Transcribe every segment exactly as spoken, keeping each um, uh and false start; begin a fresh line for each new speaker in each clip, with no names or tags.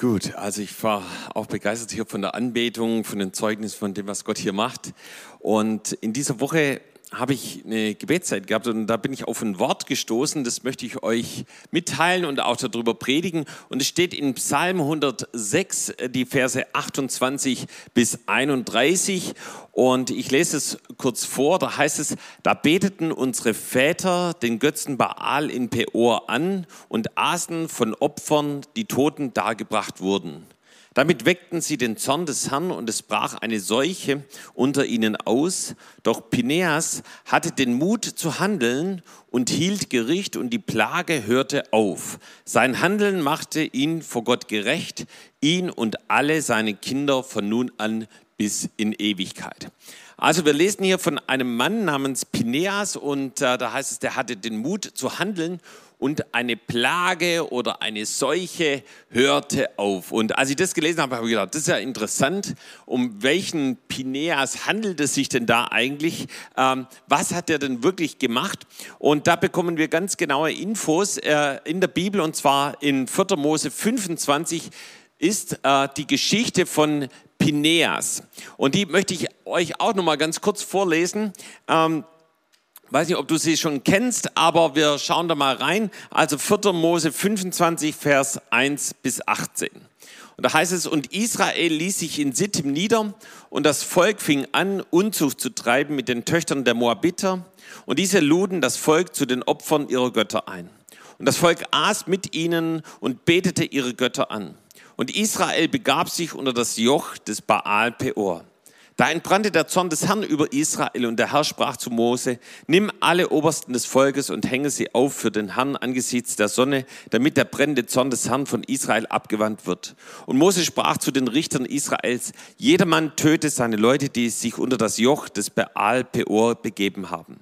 Gut, also ich war auch begeistert hier von der Anbetung, von den Zeugnissen, von dem, was Gott hier macht. Und in dieser Woche habe ich eine Gebetszeit gehabt und da bin ich auf ein Wort gestoßen, das möchte ich euch mitteilen und auch darüber predigen. Und es steht in Psalm hundertsechs, die Verse achtundzwanzig bis einunddreißig. Und ich lese es kurz vor, da heißt es: Da beteten unsere Väter den Götzen Baal in Peor an und aßen von Opfern, die Toten dargebracht wurden. Damit weckten sie den Zorn des Herrn und es brach eine Seuche unter ihnen aus. Doch Pinäas hatte den Mut zu handeln und hielt Gericht und die Plage hörte auf. Sein Handeln machte ihn vor Gott gerecht, ihn und alle seine Kinder von nun an bis in Ewigkeit. Also wir lesen hier von einem Mann namens Pinäas und äh, da heißt es, der hatte den Mut zu handeln und eine Plage oder eine Seuche hörte auf. Und als ich das gelesen habe, habe ich gedacht, das ist ja interessant, um welchen Pinäas handelt es sich denn da eigentlich? Ähm, was hat er denn wirklich gemacht? Und da bekommen wir ganz genaue Infos äh, in der Bibel, und zwar in vierter Mose fünfundzwanzig ist äh, die Geschichte von Pinäas. Und die möchte ich euch auch noch mal ganz kurz vorlesen. Ähm, weiß nicht, ob du sie schon kennst, aber wir schauen da mal rein. Also vierter Mose fünfundzwanzig, Vers eins bis achtzehn. Und da heißt es: Und Israel ließ sich in Sittim nieder, und das Volk fing an, Unzucht zu treiben mit den Töchtern der Moabiter. Und diese luden das Volk zu den Opfern ihrer Götter ein. Und das Volk aß mit ihnen und betete ihre Götter an. Und Israel begab sich unter das Joch des Baal Peor. Da entbrannte der Zorn des Herrn über Israel, und der Herr sprach zu Mose: Nimm alle Obersten des Volkes und hänge sie auf für den Herrn angesichts der Sonne, damit der brennende Zorn des Herrn von Israel abgewandt wird. Und Mose sprach zu den Richtern Israels: Jedermann töte seine Leute, die sich unter das Joch des Baal Peor begeben haben.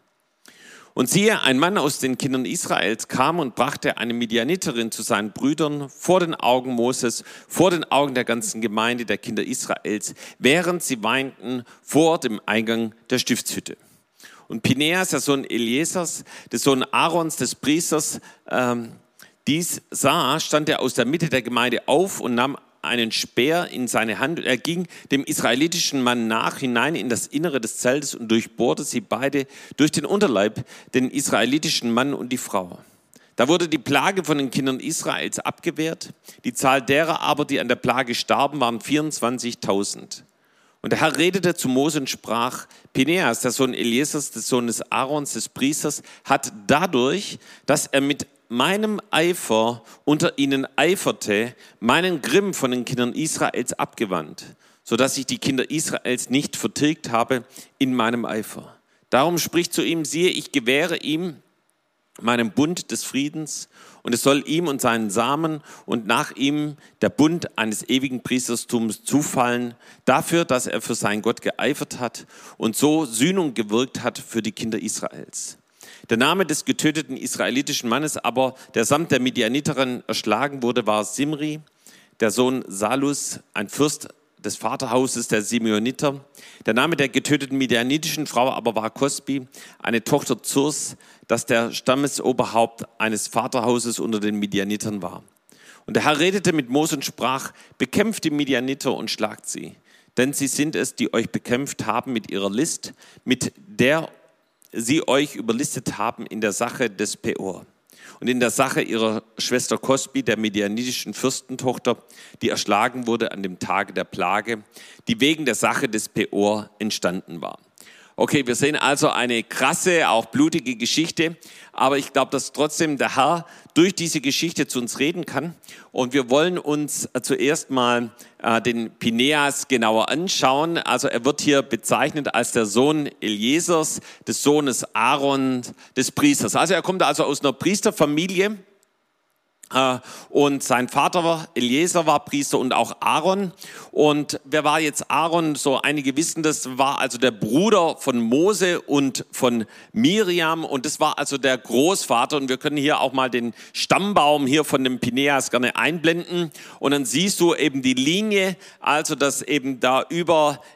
Und siehe, ein Mann aus den Kindern Israels kam und brachte eine Midianiterin zu seinen Brüdern vor den Augen Moses, vor den Augen der ganzen Gemeinde der Kinder Israels, während sie weinten vor dem Eingang der Stiftshütte. Und Pinäas, der Sohn Eliesers, der Sohn Aarons, des Priesters, ähm, dies sah, stand er aus der Mitte der Gemeinde auf und nahm einen Speer in seine Hand. Er ging dem israelitischen Mann nach, hinein in das Innere des Zeltes und durchbohrte sie beide durch den Unterleib, den israelitischen Mann und die Frau. Da wurde die Plage von den Kindern Israels abgewehrt. Die Zahl derer aber, die an der Plage starben, waren vierundzwanzigtausend. Und der Herr redete zu Mose und sprach: Pinäas, der Sohn Eliesers, des Sohnes Aarons, des Priesters, hat dadurch, dass er mit meinem Eifer unter ihnen eiferte, meinen Grimm von den Kindern Israels abgewandt, sodass ich die Kinder Israels nicht vertilgt habe in meinem Eifer. Darum spricht zu ihm: Siehe, ich gewähre ihm meinen Bund des Friedens, und es soll ihm und seinen Samen und nach ihm der Bund eines ewigen Priestertums zufallen, dafür, dass er für seinen Gott geeifert hat und so Sühnung gewirkt hat für die Kinder Israels. Der Name des getöteten israelitischen Mannes aber, der samt der Midianiterin erschlagen wurde, war Simri, der Sohn Salus, ein Fürst des Vaterhauses der Simeoniter. Der Name der getöteten midianitischen Frau aber war Kosbi, eine Tochter Zurs, das der Stammesoberhaupt eines Vaterhauses unter den Midianitern war. Und der Herr redete mit Mose und sprach: Bekämpft die Midianiter und schlagt sie, denn sie sind es, die euch bekämpft haben mit ihrer List, mit der sie euch überlistet haben in der Sache des Peor und in der Sache ihrer Schwester Kosbi, der midianitischen Fürstentochter, die erschlagen wurde an dem Tage der Plage, die wegen der Sache des Peor entstanden war. Okay, wir sehen also eine krasse, auch blutige Geschichte, aber ich glaube, dass trotzdem der Herr durch diese Geschichte zu uns reden kann. Und wir wollen uns zuerst mal äh, den Pinäas genauer anschauen. Also er wird hier bezeichnet als der Sohn Eliesers, des Sohnes Aaron, des Priesters. Also er kommt also aus einer Priesterfamilie. Und sein Vater war Eliezer, war Priester, und auch Aaron. Und wer war jetzt Aaron? So einige wissen das, war also der Bruder von Mose und von Miriam, und das war also der Großvater. Und wir können hier auch mal den Stammbaum hier von dem Pinäas gerne einblenden. Und dann siehst du eben die Linie, also dass eben da über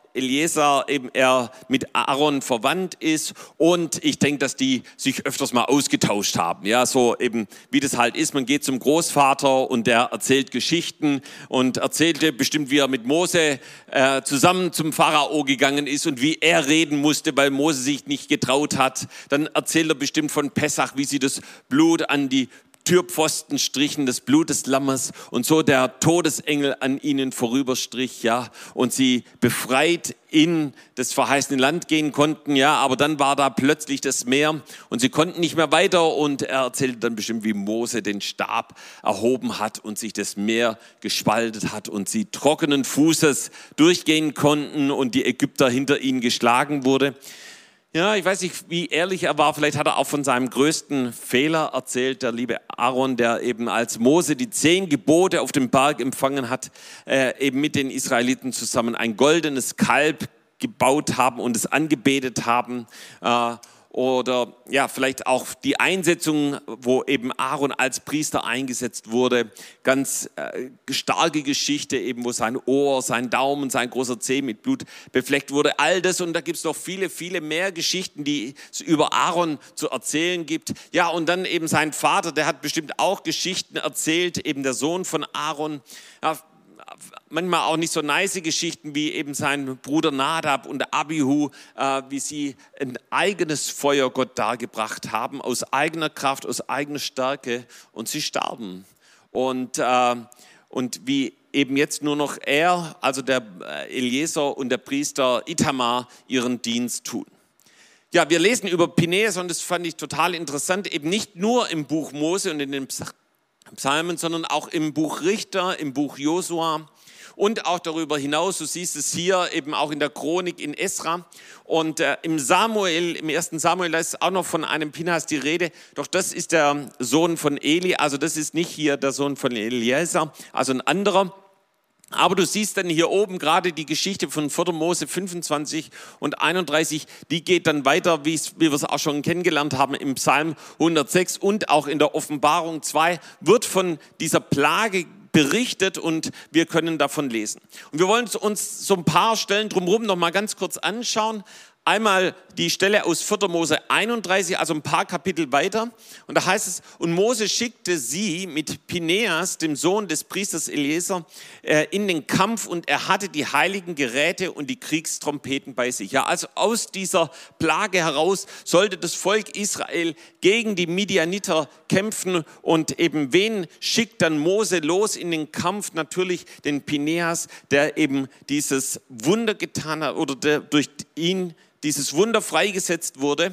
Eliezer eben er mit Aaron verwandt ist und ich denke, dass die sich öfters mal ausgetauscht haben. Ja, so eben wie das halt ist, man geht zum Großvater und der erzählt Geschichten und erzählte bestimmt, wie er mit Mose äh, zusammen zum Pharao gegangen ist und wie er reden musste, weil Mose sich nicht getraut hat. Dann erzählt er bestimmt von Pessach, wie sie das Blut an die Türpfosten strichen, das Blut des Lammes und so der Todesengel an ihnen vorüberstrich, ja, und sie befreit in das verheißene Land gehen konnten, ja, aber dann war da plötzlich das Meer und sie konnten nicht mehr weiter und er erzählte dann bestimmt, wie Mose den Stab erhoben hat und sich das Meer gespaltet hat und sie trockenen Fußes durchgehen konnten und die Ägypter hinter ihnen geschlagen wurde. Ja, ich weiß nicht, wie ehrlich er war. Vielleicht hat er auch von seinem größten Fehler erzählt, der liebe Aaron, der eben als Mose die zehn Gebote auf dem Berg empfangen hat, äh, eben mit den Israeliten zusammen ein goldenes Kalb gebaut haben und es angebetet haben. Äh, Oder ja, vielleicht auch die Einsetzung, wo eben Aaron als Priester eingesetzt wurde. Ganz äh, starke Geschichte, eben wo sein Ohr, sein Daumen, sein großer Zeh mit Blut befleckt wurde. All das und da gibt es noch viele, viele mehr Geschichten, die es über Aaron zu erzählen gibt. Ja, und dann eben sein Vater, der hat bestimmt auch Geschichten erzählt, eben der Sohn von Aaron. Ja, manchmal auch nicht so nice Geschichten wie eben sein Bruder Nadab und Abihu, äh, wie sie ein eigenes Feuer Gott dargebracht haben, aus eigener Kraft, aus eigener Stärke und sie starben. Und, äh, und wie eben jetzt nur noch er, also der Eliezer und der Priester Ithamar ihren Dienst tun. Ja, wir lesen über Pinäas und das fand ich total interessant, eben nicht nur im Buch Mose und in den Psalmen, sondern auch im Buch Richter, im Buch Josua und auch darüber hinaus, du siehst es hier eben auch in der Chronik in Esra und äh, im Samuel, im ersten Samuel, da ist auch noch von einem Pinhas die Rede, doch das ist der Sohn von Eli, also das ist nicht hier der Sohn von Eliezer, also ein anderer. Aber du siehst dann hier oben gerade die Geschichte von vierter Mose fünfundzwanzig und einunddreißig, die geht dann weiter, wie wir es auch schon kennengelernt haben im Psalm hundertsechs und auch in der Offenbarung zwei wird von dieser Plage berichtet und wir können davon lesen. Und wir wollen uns so ein paar Stellen drumherum noch mal ganz kurz anschauen. Einmal die Stelle aus vierter Mose einunddreißig, also ein paar Kapitel weiter. Und da heißt es, und Mose schickte sie mit Pinäas, dem Sohn des Priesters Eliezer, in den Kampf und er hatte die heiligen Geräte und die Kriegstrompeten bei sich. Ja, also aus dieser Plage heraus sollte das Volk Israel gegen die Midianiter kämpfen und eben wen schickt dann Mose los in den Kampf? Natürlich den Pinäas, der eben dieses Wunder getan hat oder der durch ihn dieses Wunder freigesetzt wurde.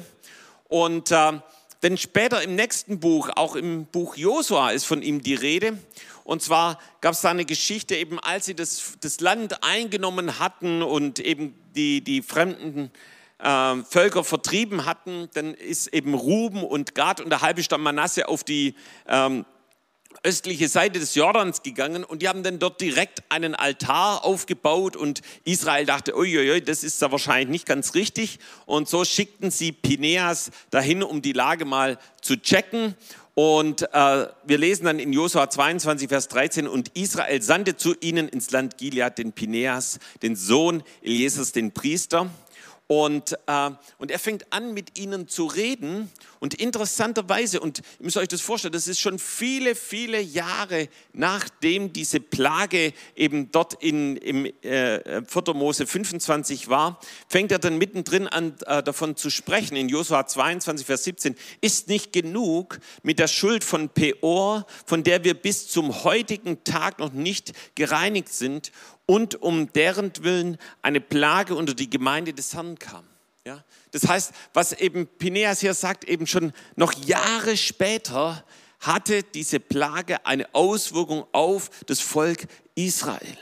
Und äh, denn später im nächsten Buch, auch im Buch Josua, ist von ihm die Rede. Und zwar gab es da eine Geschichte, eben als sie das, das Land eingenommen hatten und eben die, die fremden äh, Völker vertrieben hatten, dann ist eben Ruben und Gad und der halbe Stamm Manasse auf die ähm, östliche Seite des Jordans gegangen und die haben dann dort direkt einen Altar aufgebaut und Israel dachte, uiuiui, das ist ja wahrscheinlich nicht ganz richtig und so schickten sie Pinäas dahin, um die Lage mal zu checken und äh, wir lesen dann in Josua zweiundzwanzig, Vers dreizehn und Israel sandte zu ihnen ins Land Gilead den Pinäas, den Sohn Eliezers, den Priester. Und, äh, und er fängt an, mit ihnen zu reden. Und interessanterweise, und ihr müsst euch das vorstellen, das ist schon viele, viele Jahre nachdem diese Plage eben dort in, im äh, vierter Mose fünfundzwanzig war, fängt er dann mittendrin an, äh, davon zu sprechen. In Josua zweiundzwanzig, Vers siebzehn, ist nicht genug mit der Schuld von Peor, von der wir bis zum heutigen Tag noch nicht gereinigt sind, und um deren Willen eine Plage unter die Gemeinde des Herrn kam. Ja? Das heißt, was eben Pinäas hier sagt, eben schon noch Jahre später hatte diese Plage eine Auswirkung auf das Volk Israel.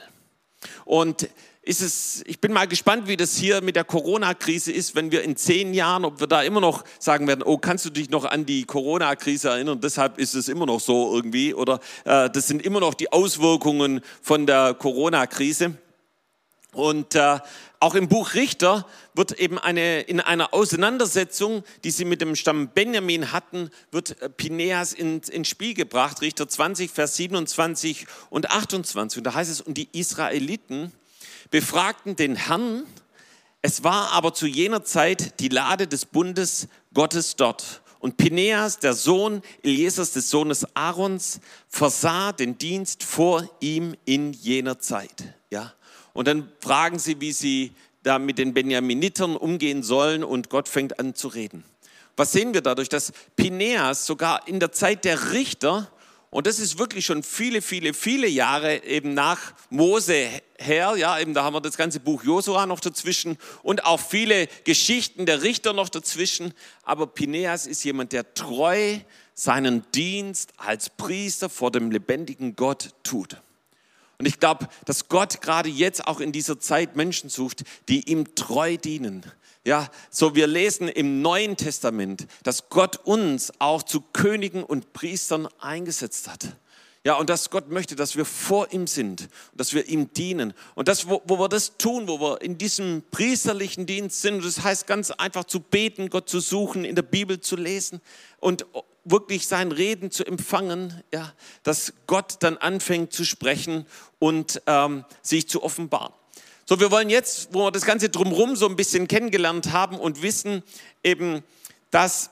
Und ist es, ich bin mal gespannt, wie das hier mit der Corona-Krise ist, wenn wir in zehn Jahren, ob wir da immer noch sagen werden, oh, kannst du dich noch an die Corona-Krise erinnern? Deshalb ist es immer noch so irgendwie. Oder äh, das sind immer noch die Auswirkungen von der Corona-Krise. Und äh, auch im Buch Richter wird eben eine, in einer Auseinandersetzung, die sie mit dem Stamm Benjamin hatten, wird Pinäas in, ins Spiel gebracht. Richter zwanzig, Vers siebenundzwanzig und achtundzwanzig. Und da heißt es, und die Israeliten befragten den Herrn Es war aber zu jener Zeit die Lade des Bundes Gottes dort. Und Pinäas, der Sohn Eliesers, des Sohnes Aarons, versah den Dienst vor ihm in jener Zeit. Ja? Und dann fragen sie, wie sie da mit den Benjaminitern umgehen sollen, und Gott fängt an zu reden. Was sehen wir dadurch? Dass Pinäas sogar in der Zeit der Richter, und das ist wirklich schon viele, viele, viele Jahre eben nach Mose her, ja, eben da haben wir das ganze Buch Josua noch dazwischen und auch viele Geschichten der Richter noch dazwischen. Aber Pinäas ist jemand, der treu seinen Dienst als Priester vor dem lebendigen Gott tut. Und ich glaube, dass Gott gerade jetzt auch in dieser Zeit Menschen sucht, die ihm treu dienen. Ja, so wir lesen im Neuen Testament, dass Gott uns auch zu Königen und Priestern eingesetzt hat. Ja, und dass Gott möchte, dass wir vor ihm sind und dass wir ihm dienen. Und das, wo, wo wir das tun, wo wir in diesem priesterlichen Dienst sind, und das heißt ganz einfach zu beten, Gott zu suchen, in der Bibel zu lesen und wirklich sein Reden zu empfangen, ja, dass Gott dann anfängt zu sprechen und ähm, sich zu offenbaren. So, wir wollen jetzt, wo wir das Ganze drumherum so ein bisschen kennengelernt haben und wissen eben, dass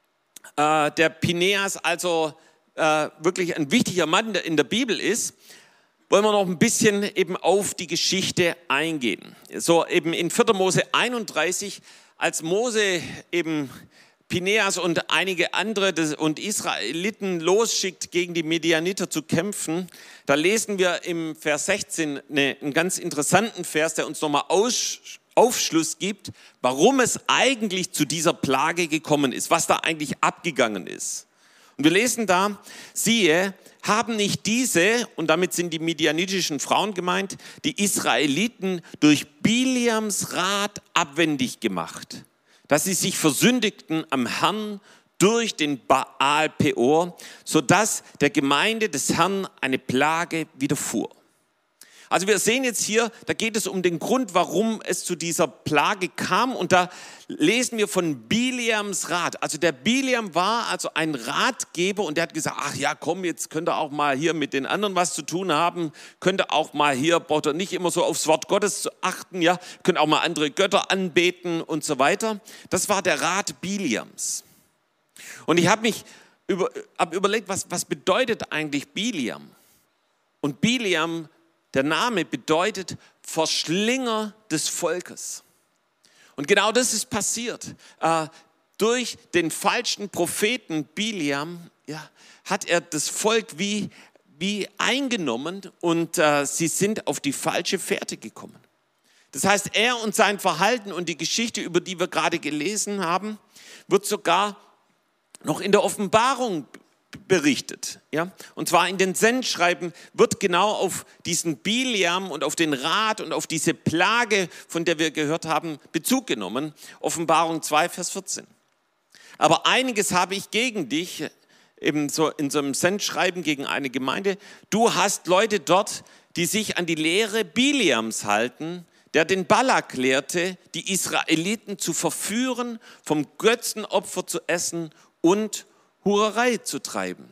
äh, der Pinäas also äh, wirklich ein wichtiger Mann in der Bibel ist, wollen wir noch ein bisschen eben auf die Geschichte eingehen. So eben in vierter Mose einunddreißig, als Mose eben Pinäas und einige andere und Israeliten losschickt, gegen die Medianiter zu kämpfen, da lesen wir im Vers sechzehn einen ganz interessanten Vers, der uns nochmal Aufschluss gibt, warum es eigentlich zu dieser Plage gekommen ist, was da eigentlich abgegangen ist. Und wir lesen da, siehe, haben nicht diese, und damit sind die medianitischen Frauen gemeint, die Israeliten durch Biliams Rat abwendig gemacht, dass sie sich versündigten am Herrn durch den Baal Peor, sodass der Gemeinde des Herrn eine Plage widerfuhr. Also wir sehen jetzt hier, da geht es um den Grund, warum es zu dieser Plage kam, und da lesen wir von Biliams Rat. Also der Biliam war also ein Ratgeber, und der hat gesagt, ach ja, komm, jetzt könnt ihr auch mal hier mit den anderen was zu tun haben, könnt ihr auch mal hier, braucht ihr nicht immer so aufs Wort Gottes zu achten, ja, könnt auch mal andere Götter anbeten und so weiter. Das war der Rat Biliams. Und ich habe mich über, hab überlegt, was, was bedeutet eigentlich Biliam? Und Biliam, der Name bedeutet Verschlinger des Volkes. Und genau das ist passiert. Äh, durch den falschen Propheten Biliam, ja, hat er das Volk wie, wie eingenommen, und äh, sie sind auf die falsche Fährte gekommen. Das heißt, er und sein Verhalten und die Geschichte, über die wir gerade gelesen haben, wird sogar noch in der Offenbarung berichtet. Ja? Und zwar in den Sendschreiben wird genau auf diesen Biliam und auf den Rat und auf diese Plage, von der wir gehört haben, Bezug genommen. Offenbarung zwei, Vers vierzehn. Aber einiges habe ich gegen dich, eben so in so einem Sendschreiben gegen eine Gemeinde. Du hast Leute dort, die sich an die Lehre Biliams halten, der den Balak lehrte, die Israeliten zu verführen, vom Götzenopfer zu essen und Hurerei zu treiben.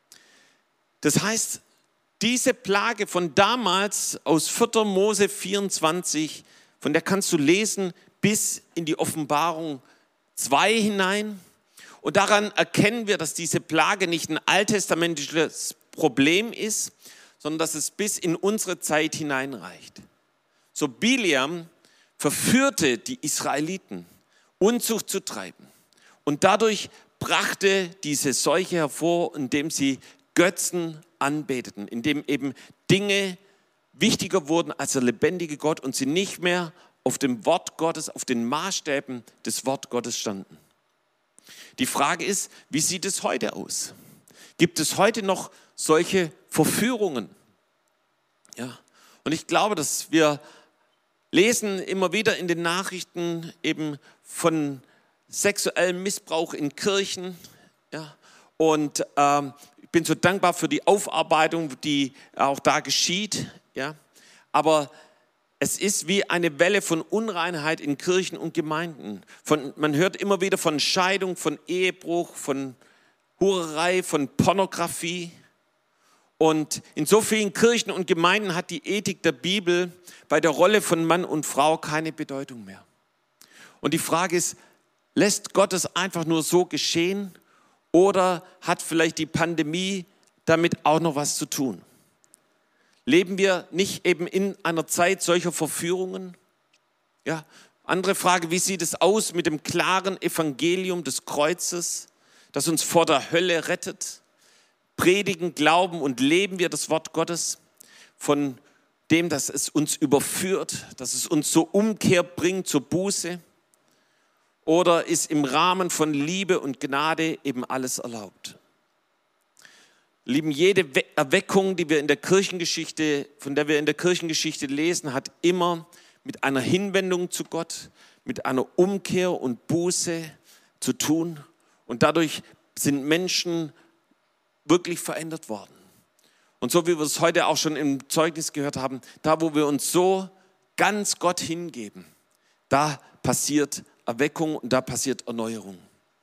Das heißt, diese Plage von damals aus vierter Mose vierundzwanzig, von der kannst du lesen bis in die Offenbarung zwei hinein. Und daran erkennen wir, dass diese Plage nicht ein alttestamentliches Problem ist, sondern dass es bis in unsere Zeit hineinreicht. So Biliam verführte die Israeliten, Unzucht zu treiben, und dadurch brachte diese Seuche hervor, indem sie Götzen anbeteten, indem eben Dinge wichtiger wurden als der lebendige Gott und sie nicht mehr auf dem Wort Gottes, auf den Maßstäben des Wort Gottes standen. Die Frage ist, wie sieht es heute aus? Gibt es heute noch solche Verführungen? Ja. Und ich glaube, dass wir lesen immer wieder in den Nachrichten eben von sexuellem Missbrauch in Kirchen. Ja. Und ähm, ich bin so dankbar für die Aufarbeitung, die auch da geschieht. Ja. Aber es ist wie eine Welle von Unreinheit in Kirchen und Gemeinden. Von, man hört immer wieder von Scheidung, von Ehebruch, von Hurerei, von Pornografie. Und in so vielen Kirchen und Gemeinden hat die Ethik der Bibel bei der Rolle von Mann und Frau keine Bedeutung mehr. Und die Frage ist, lässt Gott es einfach nur so geschehen oder hat vielleicht die Pandemie damit auch noch was zu tun? Leben wir nicht eben in einer Zeit solcher Verführungen? Ja, andere Frage, wie sieht es aus mit dem klaren Evangelium des Kreuzes, das uns vor der Hölle rettet? Predigen, glauben und leben wir das Wort Gottes von dem, dass es uns überführt, dass es uns zur Umkehr bringt, zur Buße? Oder ist im Rahmen von Liebe und Gnade eben alles erlaubt? Lieben, jede Erweckung, die wir in der Kirchengeschichte, von der wir in der Kirchengeschichte lesen, hat immer mit einer Hinwendung zu Gott, mit einer Umkehr und Buße zu tun. Und dadurch sind Menschen wirklich verändert worden. Und so wie wir es heute auch schon im Zeugnis gehört haben, da wo wir uns so ganz Gott hingeben, da passiert Erweckung und da passiert Erneuerung.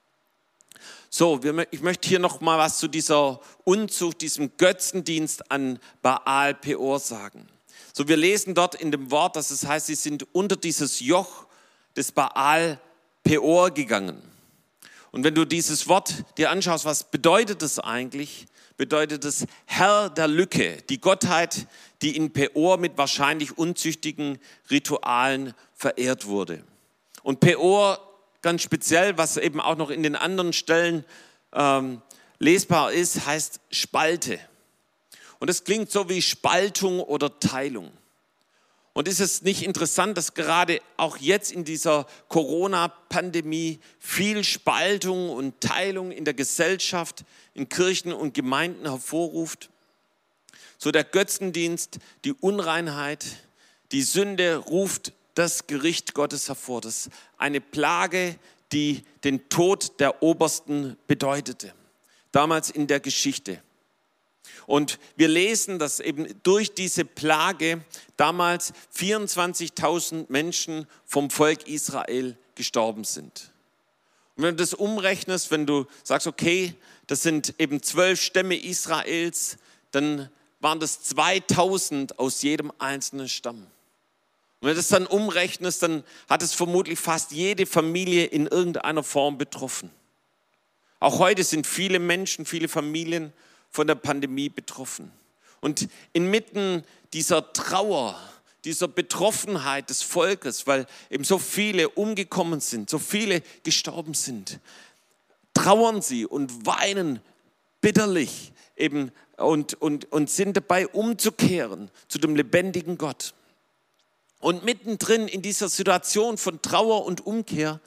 So, ich möchte hier noch mal was zu dieser Unzucht, diesem Götzendienst an Baal Peor sagen. So, wir lesen dort in dem Wort, dass es heißt, sie sind unter dieses Joch des Baal Peor gegangen. Und wenn du dieses Wort dir anschaust, was bedeutet das eigentlich? Bedeutet es Herr der Lücke, die Gottheit, die in Peor mit wahrscheinlich unzüchtigen Ritualen verehrt wurde. Und Peor ganz speziell, was eben auch noch in den anderen Stellen ähm, lesbar ist, heißt Spalte. Und das klingt so wie Spaltung oder Teilung. Und ist es nicht interessant, dass gerade auch jetzt in dieser Corona-Pandemie viel Spaltung und Teilung in der Gesellschaft, in Kirchen und Gemeinden hervorruft? So der Götzendienst, die Unreinheit, die Sünde ruft das Gericht Gottes hervor. Das ist eine Plage, die den Tod der Obersten bedeutete, damals in der Geschichte. Und wir lesen, dass eben durch diese Plage damals vierundzwanzigtausend Menschen vom Volk Israel gestorben sind. Und wenn du das umrechnest, wenn du sagst, okay, das sind eben zwölf Stämme Israels, dann waren das zweitausend aus jedem einzelnen Stamm. Und wenn du das dann umrechnest, dann hat es vermutlich fast jede Familie in irgendeiner Form betroffen. Auch heute sind viele Menschen, viele Familien von der Pandemie betroffen. Und inmitten dieser Trauer, dieser Betroffenheit des Volkes, weil eben so viele umgekommen sind, so viele gestorben sind, trauern sie und weinen bitterlich eben und, und, und sind dabei umzukehren zu dem lebendigen Gott. Und mittendrin in dieser Situation von Trauer und Umkehr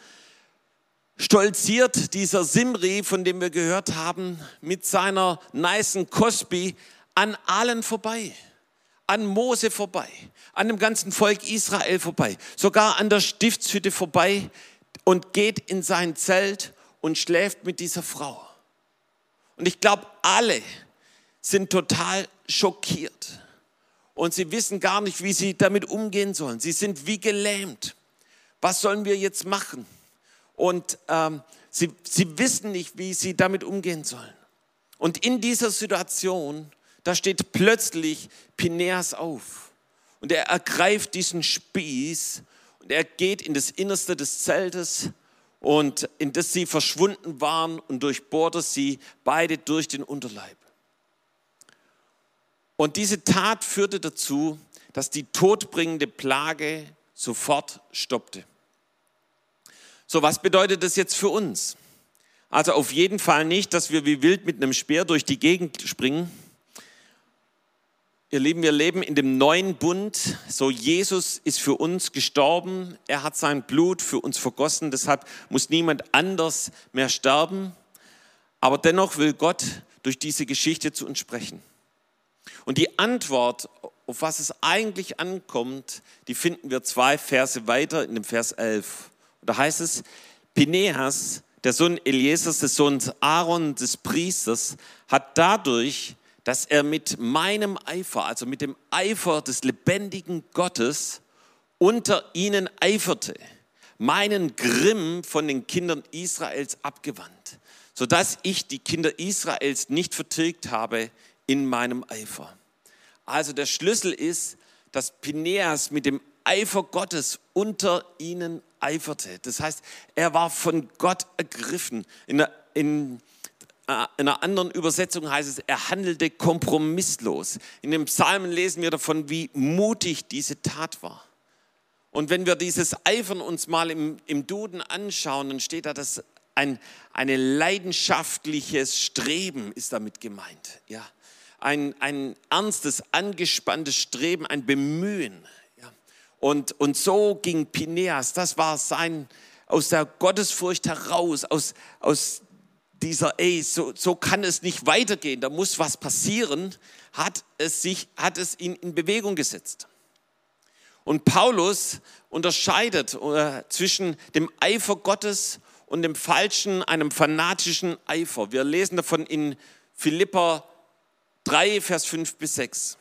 stolziert dieser Simri, von dem wir gehört haben, mit seiner nicen Cosby an allen vorbei. An Mose vorbei, an dem ganzen Volk Israel vorbei, sogar an der Stiftshütte vorbei und geht in sein Zelt und schläft mit dieser Frau. Und ich glaube, alle sind total schockiert. Und sie wissen gar nicht, wie sie damit umgehen sollen. Sie sind wie gelähmt. Was sollen wir jetzt machen? Und ähm, sie, sie wissen nicht, wie sie damit umgehen sollen. Und in dieser Situation, da steht plötzlich Pinäas auf. Und er ergreift diesen Spieß und er geht in das Innerste des Zeltes, und in das sie verschwunden waren, und durchbohrte sie beide durch den Unterleib. Und diese Tat führte dazu, dass die todbringende Plage sofort stoppte. So, was bedeutet das jetzt für uns? Also auf jeden Fall nicht, dass wir wie wild mit einem Speer durch die Gegend springen. Ihr Lieben, wir leben in dem neuen Bund. So, Jesus ist für uns gestorben. Er hat sein Blut für uns vergossen. Deshalb muss niemand anders mehr sterben. Aber dennoch will Gott durch diese Geschichte zu uns sprechen. Und die Antwort, auf was es eigentlich ankommt, die finden wir zwei Verse weiter in dem Vers elf. Und da heißt es, Pinäas, der Sohn Eliesers, des Sohns Aaron, des Priesters, hat dadurch, dass er mit meinem Eifer, also mit dem Eifer des lebendigen Gottes, unter ihnen eiferte, meinen Grimm von den Kindern Israels abgewandt, sodass ich die Kinder Israels nicht vertilgt habe in meinem Eifer. Also der Schlüssel ist, dass Pinäas mit dem Eifer Gottes unter ihnen eiferte. Das heißt, er war von Gott ergriffen. In der, in, äh, in einer anderen Übersetzung heißt es, er handelte kompromisslos. In den Psalmen lesen wir davon, wie mutig diese Tat war. Und wenn wir dieses Eifern uns mal im, im Duden anschauen, dann steht da, dass ein eine leidenschaftliches Streben ist damit gemeint. Ja. Ein, ein ernstes, angespanntes Streben, ein Bemühen. Ja. Und, und so ging Pineas, das war sein, aus der Gottesfurcht heraus, aus, aus dieser, ey, so, so kann es nicht weitergehen, da muss was passieren, hat es, sich, hat es ihn in Bewegung gesetzt. Und Paulus unterscheidet äh, zwischen dem Eifer Gottes und dem falschen, einem fanatischen Eifer. Wir lesen davon in Philipper drei, Vers fünf bis sechs.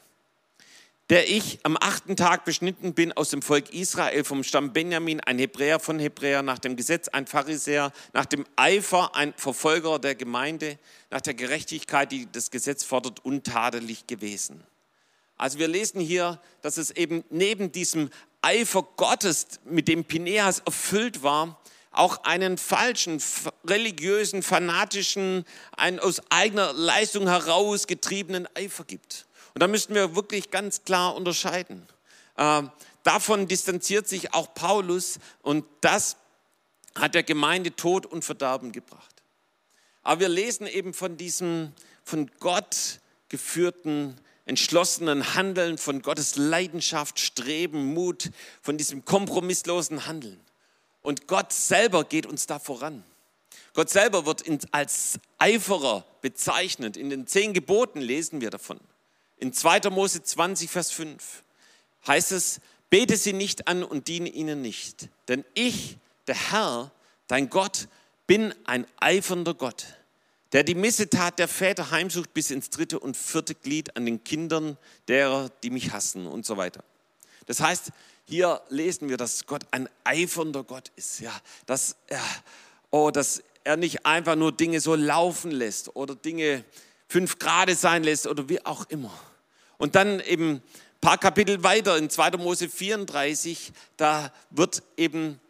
Der ich am achten Tag beschnitten bin aus dem Volk Israel, vom Stamm Benjamin, ein Hebräer von Hebräer, nach dem Gesetz ein Pharisäer, nach dem Eifer ein Verfolger der Gemeinde, nach der Gerechtigkeit, die das Gesetz fordert, untadelig gewesen. Also wir lesen hier, dass es eben neben diesem Eifer Gottes, mit dem Pineas erfüllt war, auch einen falschen, religiösen, fanatischen, einen aus eigener Leistung herausgetriebenen Eifer gibt. Und da müssten wir wirklich ganz klar unterscheiden. Äh, davon distanziert sich auch Paulus und das hat der Gemeinde Tod und Verderben gebracht. Aber wir lesen eben von diesem von Gott geführten, entschlossenen Handeln, von Gottes Leidenschaft, Streben, Mut, von diesem kompromisslosen Handeln. Und Gott selber geht uns da voran. Gott selber wird als Eiferer bezeichnet. In den zehn Geboten lesen wir davon. In zweiter Mose zwanzig, Vers fünf heißt es, bete sie nicht an und diene ihnen nicht. Denn ich, der Herr, dein Gott, bin ein eifernder Gott, der die Missetat der Väter heimsucht bis ins dritte und vierte Glied an den Kindern derer, die mich hassen und so weiter. Das heißt, hier lesen wir, dass Gott ein eifernder Gott ist. Ja, dass, er, oh, dass er nicht einfach nur Dinge so laufen lässt oder Dinge fünf Grade sein lässt oder wie auch immer. Und dann eben ein paar Kapitel weiter in zweiter Mose vierunddreißig, da wird eben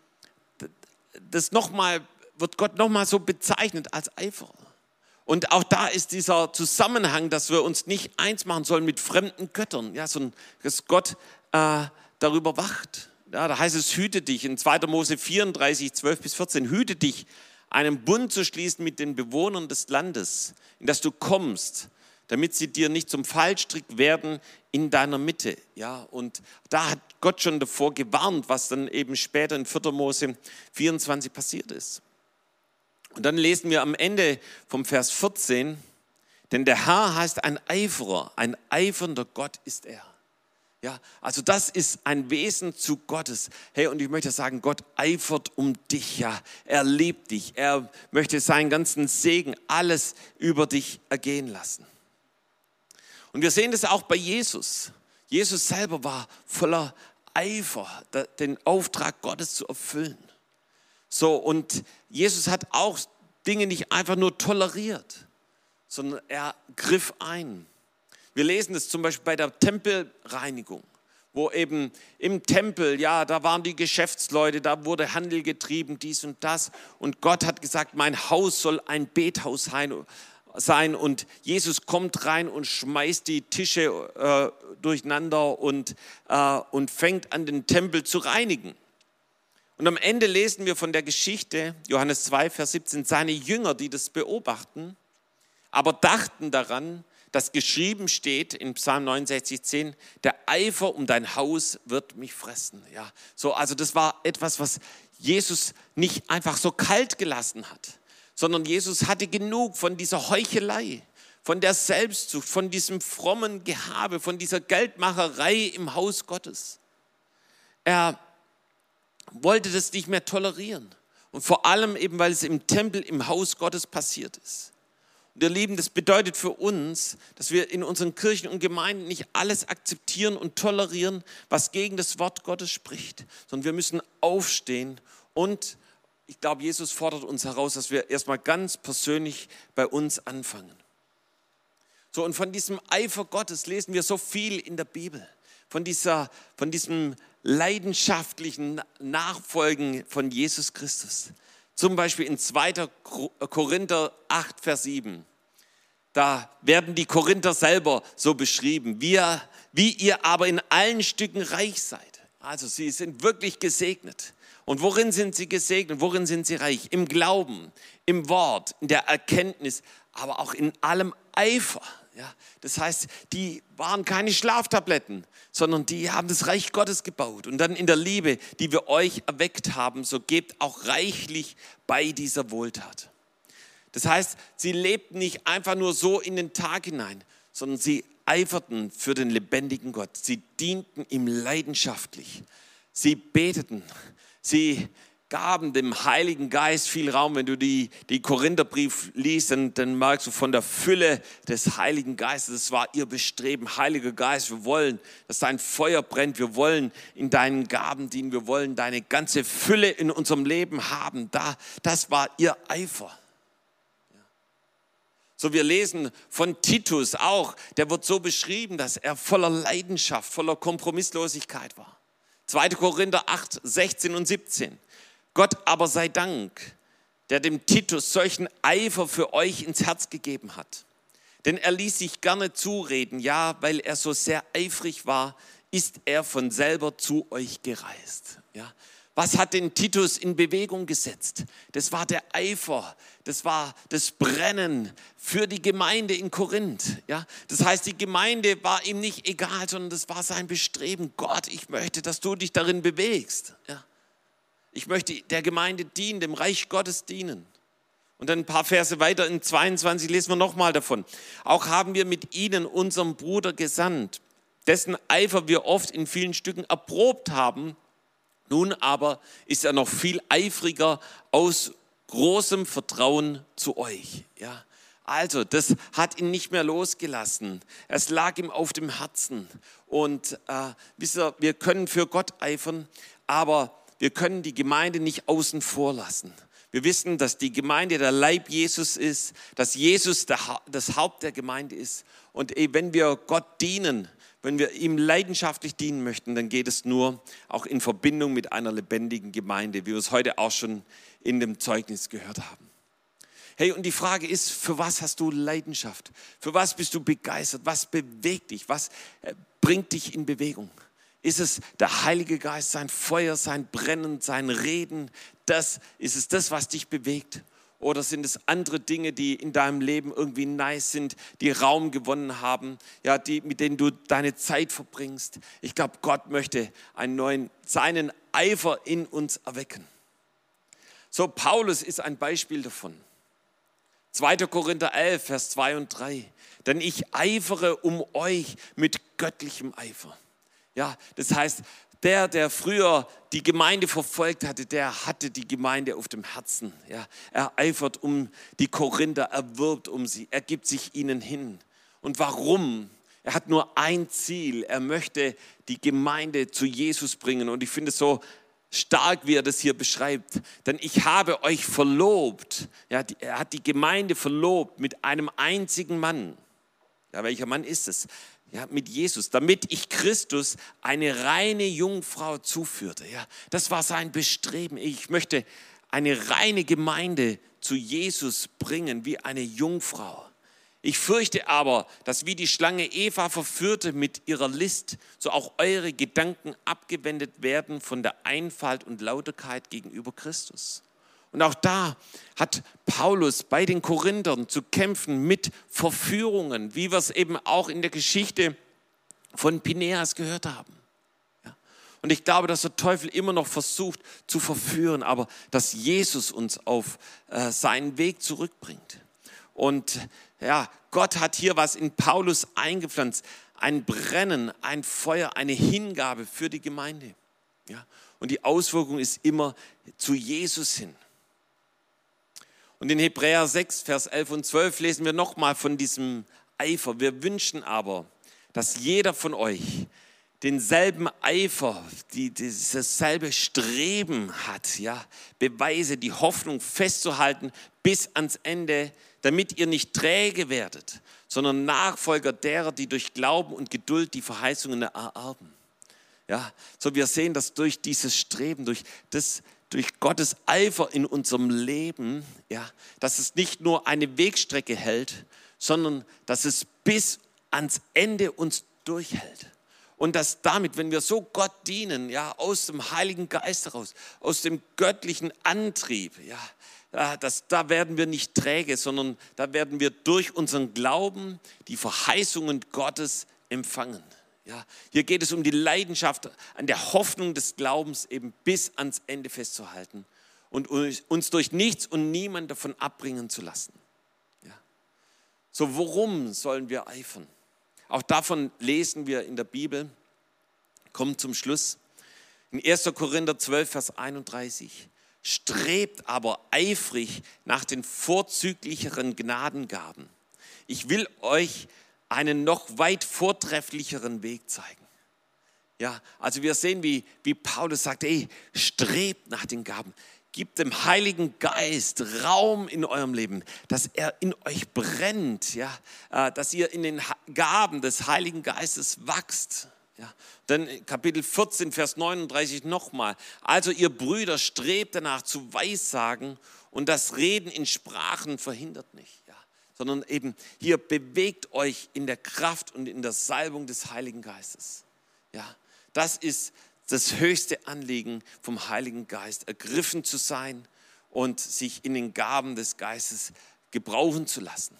das noch mal, wird Gott nochmal so bezeichnet als Eiferer. Und auch da ist dieser Zusammenhang, dass wir uns nicht eins machen sollen mit fremden Göttern, ja, sondern dass Gott äh, darüber wacht. Ja, da heißt es, hüte dich, in zweiter Mose vierunddreißig, zwölf bis vierzehn, hüte dich, einen Bund zu schließen mit den Bewohnern des Landes, in das du kommst, damit sie dir nicht zum Fallstrick werden in deiner Mitte. Ja, und da hat Gott schon davor gewarnt, was dann eben später in vierter Mose vierundzwanzig passiert ist. Und dann lesen wir am Ende vom Vers vierzehn, denn der Herr heißt ein Eiferer, ein eifernder Gott ist er. Ja, also das ist ein Wesen zu Gottes. Hey, und ich möchte sagen, Gott eifert um dich. Ja, er liebt dich. Er möchte seinen ganzen Segen, alles über dich ergehen lassen. Und wir sehen das auch bei Jesus. Jesus selber war voller Eifer, den Auftrag Gottes zu erfüllen. So, und Jesus hat auch Dinge nicht einfach nur toleriert, sondern er griff ein. Wir lesen das zum Beispiel bei der Tempelreinigung, wo eben im Tempel, ja, da waren die Geschäftsleute, da wurde Handel getrieben, dies und das. Und Gott hat gesagt, mein Haus soll ein Bethaus sein. Und Jesus kommt rein und schmeißt die Tische äh, durcheinander und, äh, und fängt an, den Tempel zu reinigen. Und am Ende lesen wir von der Geschichte, Johannes zwei, Vers siebzehn, seine Jünger, die das beobachten, aber dachten daran, dass geschrieben steht in Psalm neunundsechzig, zehn, der Eifer um dein Haus wird mich fressen. Ja, so, also das war etwas, was Jesus nicht einfach so kalt gelassen hat, sondern Jesus hatte genug von dieser Heuchelei, von der Selbstsucht, von diesem frommen Gehabe, von dieser Geldmacherei im Haus Gottes. Er wollte das nicht mehr tolerieren. Und vor allem eben, weil es im Tempel, im Haus Gottes passiert ist. Und ihr Lieben, das bedeutet für uns, dass wir in unseren Kirchen und Gemeinden nicht alles akzeptieren und tolerieren, was gegen das Wort Gottes spricht, sondern wir müssen aufstehen und ich glaube, Jesus fordert uns heraus, dass wir erstmal ganz persönlich bei uns anfangen. So, und von diesem Eifer Gottes lesen wir so viel in der Bibel. von, dieser, von diesem leidenschaftlichen Nachfolgen von Jesus Christus. Zum Beispiel in zweiter Korinther acht, Vers sieben. Da werden die Korinther selber so beschrieben, wie, wie ihr aber in allen Stücken reich seid. Also sie sind wirklich gesegnet. Und worin sind sie gesegnet? Worin sind sie reich? Im Glauben, im Wort, in der Erkenntnis, aber auch in allem Eifer. Ja, das heißt, die waren keine Schlaftabletten, sondern die haben das Reich Gottes gebaut. Und dann in der Liebe, die wir euch erweckt haben, so gebt auch reichlich bei dieser Wohltat. Das heißt, sie lebten nicht einfach nur so in den Tag hinein, sondern sie eiferten für den lebendigen Gott. Sie dienten ihm leidenschaftlich. Sie beteten. Sie gaben dem Heiligen Geist viel Raum. Wenn du die, die Korintherbrief liest, dann, dann merkst du von der Fülle des Heiligen Geistes. Das war ihr Bestreben. Heiliger Geist, wir wollen, dass dein Feuer brennt. Wir wollen in deinen Gaben dienen. Wir wollen deine ganze Fülle in unserem Leben haben. Da, das war ihr Eifer. So, wir lesen von Titus auch, der wird so beschrieben, dass er voller Leidenschaft, voller Kompromisslosigkeit war. zweiter Korinther acht, sechzehn und siebzehn. Gott aber sei Dank, der dem Titus solchen Eifer für euch ins Herz gegeben hat. Denn er ließ sich gerne zureden, ja, weil er so sehr eifrig war, ist er von selber zu euch gereist. Ja. Was hat den Titus in Bewegung gesetzt? Das war der Eifer, das war das Brennen für die Gemeinde in Korinth. Ja? Das heißt, die Gemeinde war ihm nicht egal, sondern das war sein Bestreben. Gott, ich möchte, dass du dich darin bewegst. Ja? Ich möchte der Gemeinde dienen, dem Reich Gottes dienen. Und dann ein paar Verse weiter in zweiundzwanzig lesen wir nochmal davon. Auch haben wir mit ihnen unseren Bruder gesandt, dessen Eifer wir oft in vielen Stücken erprobt haben. Nun aber ist er noch viel eifriger aus großem Vertrauen zu euch. Ja, also das hat ihn nicht mehr losgelassen. Es lag ihm auf dem Herzen. Und äh, wisst ihr, wir können für Gott eifern, aber wir können die Gemeinde nicht außen vor lassen. Wir wissen, dass die Gemeinde der Leib Jesus ist, dass Jesus der, das Haupt der Gemeinde ist. Und wenn wir Gott dienen, wenn wir ihm leidenschaftlich dienen möchten, dann geht es nur auch in Verbindung mit einer lebendigen Gemeinde, wie wir es heute auch schon in dem Zeugnis gehört haben. Hey, und die Frage ist, für was hast du Leidenschaft? Für was bist du begeistert? Was bewegt dich? Was bringt dich in Bewegung? Ist es der Heilige Geist, sein Feuer, sein Brennen, sein Reden? Das, ist es das, was dich bewegt? Oder sind es andere Dinge, die in deinem Leben irgendwie nice sind, die Raum gewonnen haben, ja, die, mit denen du deine Zeit verbringst? Ich glaube, Gott möchte einen neuen, seinen Eifer in uns erwecken. So, Paulus ist ein Beispiel davon. zweiter Korinther elf, Vers zwei und drei. Denn ich eifere um euch mit göttlichem Eifer. Ja, das heißt, der, der früher die Gemeinde verfolgt hatte, der hatte die Gemeinde auf dem Herzen. Ja, er eifert um die Korinther, er wirbt um sie, er gibt sich ihnen hin. Und warum? Er hat nur ein Ziel, er möchte die Gemeinde zu Jesus bringen. Und ich finde es so stark, wie er das hier beschreibt. Denn ich habe euch verlobt, ja, er hat die Gemeinde verlobt mit einem einzigen Mann. Ja, welcher Mann ist es? Ja, mit Jesus, damit ich Christus eine reine Jungfrau zuführte. Ja, das war sein Bestreben. Ich möchte eine reine Gemeinde zu Jesus bringen, wie eine Jungfrau. Ich fürchte aber, dass wie die Schlange Eva verführte mit ihrer List, so auch eure Gedanken abgewendet werden von der Einfalt und Lauterkeit gegenüber Christus. Und auch da hat Paulus bei den Korinthern zu kämpfen mit Verführungen, wie wir es eben auch in der Geschichte von Pineas gehört haben. Ja. Und ich glaube, dass der Teufel immer noch versucht zu verführen, aber dass Jesus uns auf äh, seinen Weg zurückbringt. Und ja, Gott hat hier was in Paulus eingepflanzt, ein Brennen, ein Feuer, eine Hingabe für die Gemeinde. Ja. Und die Auswirkung ist immer zu Jesus hin. Und in Hebräer sechs, Vers elf und zwölf lesen wir nochmal von diesem Eifer. Wir wünschen aber, dass jeder von euch denselben Eifer, die, dieses selbe Streben hat, ja, Beweise, die Hoffnung festzuhalten bis ans Ende, damit ihr nicht träge werdet, sondern Nachfolger derer, die durch Glauben und Geduld die Verheißungen ererben. Ja, so wir sehen, dass durch dieses Streben, durch das, durch Gottes Eifer in unserem Leben, ja, dass es nicht nur eine Wegstrecke hält, sondern dass es bis ans Ende uns durchhält. Und dass damit, wenn wir so Gott dienen, ja, aus dem Heiligen Geist heraus, aus dem göttlichen Antrieb, ja, dass, da werden wir nicht träge, sondern da werden wir durch unseren Glauben die Verheißungen Gottes empfangen. Ja, hier geht es um die Leidenschaft, an der Hoffnung des Glaubens eben bis ans Ende festzuhalten und uns durch nichts und niemand davon abbringen zu lassen. Ja. So, worum sollen wir eifern? Auch davon lesen wir in der Bibel. Kommt zum Schluss. In erster Korinther zwölf, Vers einunddreißig. Strebt aber eifrig nach den vorzüglicheren Gnadengaben. Ich will euch einen noch weit vortrefflicheren Weg zeigen. Ja, also wir sehen, wie, wie Paulus sagt, ey, strebt nach den Gaben. Gibt dem Heiligen Geist Raum in eurem Leben, dass er in euch brennt, ja, dass ihr in den Gaben des Heiligen Geistes wachst. Ja. Dann Kapitel vierzehn, Vers neununddreißig nochmal. Also ihr Brüder, strebt danach zu Weissagen und das Reden in Sprachen verhindert nicht. Ja. Sondern eben hier bewegt euch in der Kraft und in der Salbung des Heiligen Geistes. Ja. Das ist das höchste Anliegen vom Heiligen Geist, ergriffen zu sein und sich in den Gaben des Geistes gebrauchen zu lassen.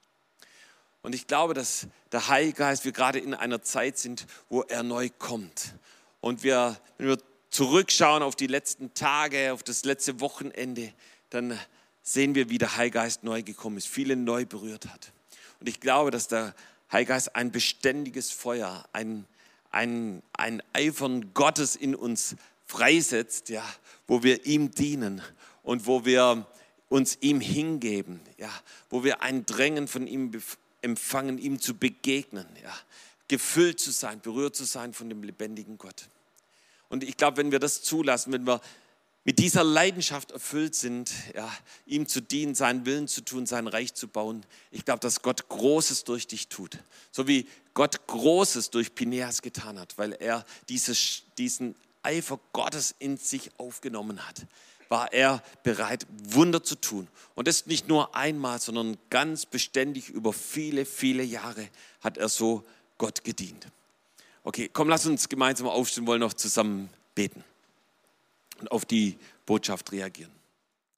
Und ich glaube, dass der Heilige Geist, wir gerade in einer Zeit sind, wo er neu kommt. Und wir, wenn wir zurückschauen auf die letzten Tage, auf das letzte Wochenende, dann sehen wir, wie der Heilige Geist neu gekommen ist, viele neu berührt hat. Und ich glaube, dass der Heilige Geist ein beständiges Feuer, ein Ein, ein Eifern Gottes in uns freisetzt, ja, wo wir ihm dienen und wo wir uns ihm hingeben, ja, wo wir ein Drängen von ihm empfangen, ihm zu begegnen, ja, gefüllt zu sein, berührt zu sein von dem lebendigen Gott. Und ich glaube, wenn wir das zulassen, wenn wir mit dieser Leidenschaft erfüllt sind, ja, ihm zu dienen, seinen Willen zu tun, sein Reich zu bauen, ich glaube, dass Gott Großes durch dich tut. So wie Gott Großes durch Pineas getan hat, weil er dieses, diesen Eifer Gottes in sich aufgenommen hat, war er bereit, Wunder zu tun. Und das nicht nur einmal, sondern ganz beständig über viele, viele Jahre hat er so Gott gedient. Okay, komm, lass uns gemeinsam aufstehen, wollen noch zusammen beten und auf die Botschaft reagieren.